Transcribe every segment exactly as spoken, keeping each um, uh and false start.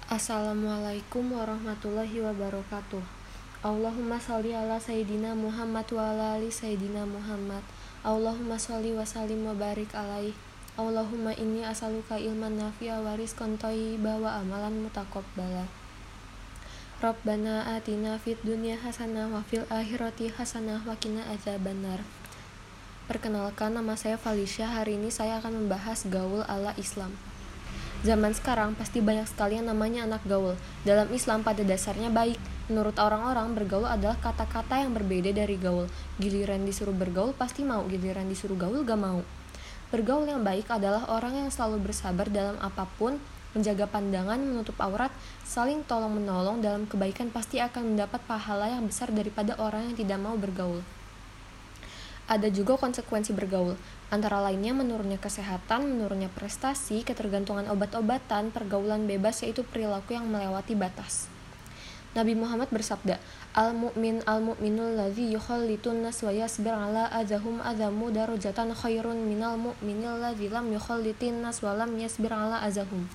Assalamualaikum warahmatullahi wabarakatuh. Allahumma sholli ala Sayyidina Muhammad wa ala ali Sayyidina Muhammad. Allahumma sholli wa sallim wa barik alaih. Allahumma inni as'aluka ilman nafi'a wa rizqan thayyiban wa amalan mutaqabbala. Rabbana atina fid dunya hasanah wa fil akhirati hasanah wa qina adzabannar. Perkenalkan, nama saya Felicia. Hari ini saya akan membahas gaul ala Islam. Zaman sekarang pasti banyak sekali yang namanya anak gaul. Dalam Islam pada dasarnya baik. Menurut orang-orang, bergaul adalah kata-kata yang berbeda dari gaul. Giliran disuruh bergaul pasti mau, giliran disuruh gaul gak mau. Bergaul yang baik adalah orang yang selalu bersabar dalam apapun, menjaga pandangan, menutup aurat, saling tolong-menolong dalam kebaikan, pasti akan mendapat pahala yang besar daripada orang yang tidak mau bergaul. Ada juga konsekuensi bergaul, antara lainnya menurunnya kesehatan, menurunnya prestasi, ketergantungan obat-obatan, pergaulan bebas, yaitu perilaku yang melewati batas. Nabi Muhammad bersabda, Al-mu'min al-mu'minul ladzi yukhallitun nas wa yasbir ala adahum adamu darajatan khairun minal mu'minil ladzi lam yukhallitin nas wa lam yasbir ala azahum.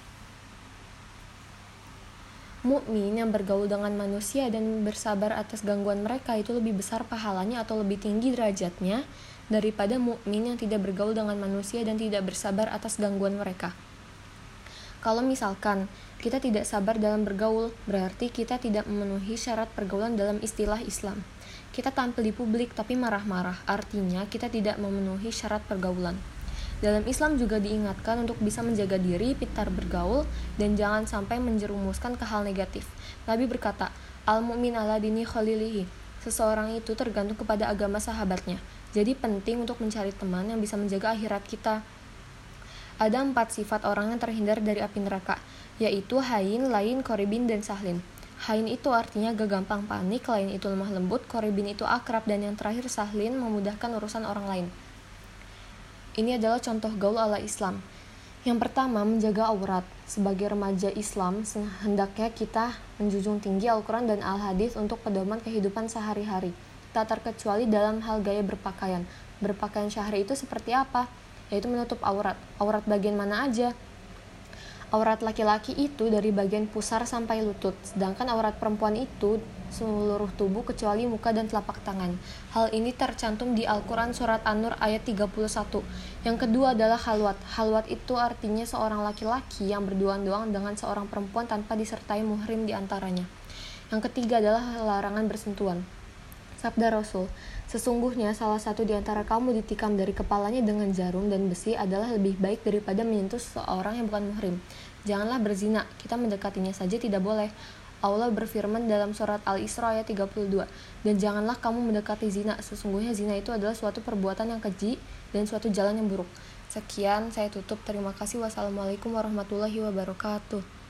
Mukmin yang bergaul dengan manusia dan bersabar atas gangguan mereka itu lebih besar pahalanya atau lebih tinggi derajatnya daripada mukmin yang tidak bergaul dengan manusia dan tidak bersabar atas gangguan mereka. Kalau misalkan kita tidak sabar dalam bergaul, berarti kita tidak memenuhi syarat pergaulan dalam istilah Islam. Kita tampil di publik tapi marah-marah, artinya kita tidak memenuhi syarat pergaulan. Dalam Islam juga diingatkan untuk bisa menjaga diri, pintar bergaul, dan jangan sampai menjerumuskan ke hal negatif. Nabi berkata, Al-mu'min ala dini khalilihi. Seseorang itu tergantung kepada agama sahabatnya. Jadi penting untuk mencari teman yang bisa menjaga akhirat kita. Ada empat sifat orang yang terhindar dari api neraka, yaitu hain, lain, koribin, dan sahlin. Hain itu artinya gak gampang panik, lain itu lemah lembut, koribin itu akrab, dan yang terakhir sahlin memudahkan urusan orang lain. Ini adalah contoh gaul ala Islam. Yang pertama, menjaga aurat. Sebagai remaja Islam, hendaknya kita menjunjung tinggi Al-Quran dan Al-Hadis untuk pedoman kehidupan sehari-hari. Tak terkecuali dalam hal gaya berpakaian. Berpakaian syahri itu seperti apa? Yaitu menutup aurat. Aurat bagian mana aja? Aurat laki-laki itu dari bagian pusar sampai lutut, sedangkan aurat perempuan itu seluruh tubuh kecuali muka dan telapak tangan. Hal ini tercantum di Al-Quran Surat An-Nur ayat tiga puluh satu. Yang kedua adalah halwat. Halwat itu artinya seorang laki-laki yang berduaan-duaan dengan seorang perempuan tanpa disertai muhrim di antaranya. Yang ketiga adalah larangan bersentuhan. Sabda Rasul, sesungguhnya salah satu di antara kamu ditikam dari kepalanya dengan jarum dan besi adalah lebih baik daripada menyentuh seorang yang bukan muhrim. Janganlah berzina, kita mendekatinya saja tidak boleh. Allah berfirman dalam surat Al-Isra ayat tiga puluh dua, dan janganlah kamu mendekati zina, sesungguhnya zina itu adalah suatu perbuatan yang keji dan suatu jalan yang buruk. Sekian, saya tutup. Terima kasih. Wassalamualaikum warahmatullahi wabarakatuh.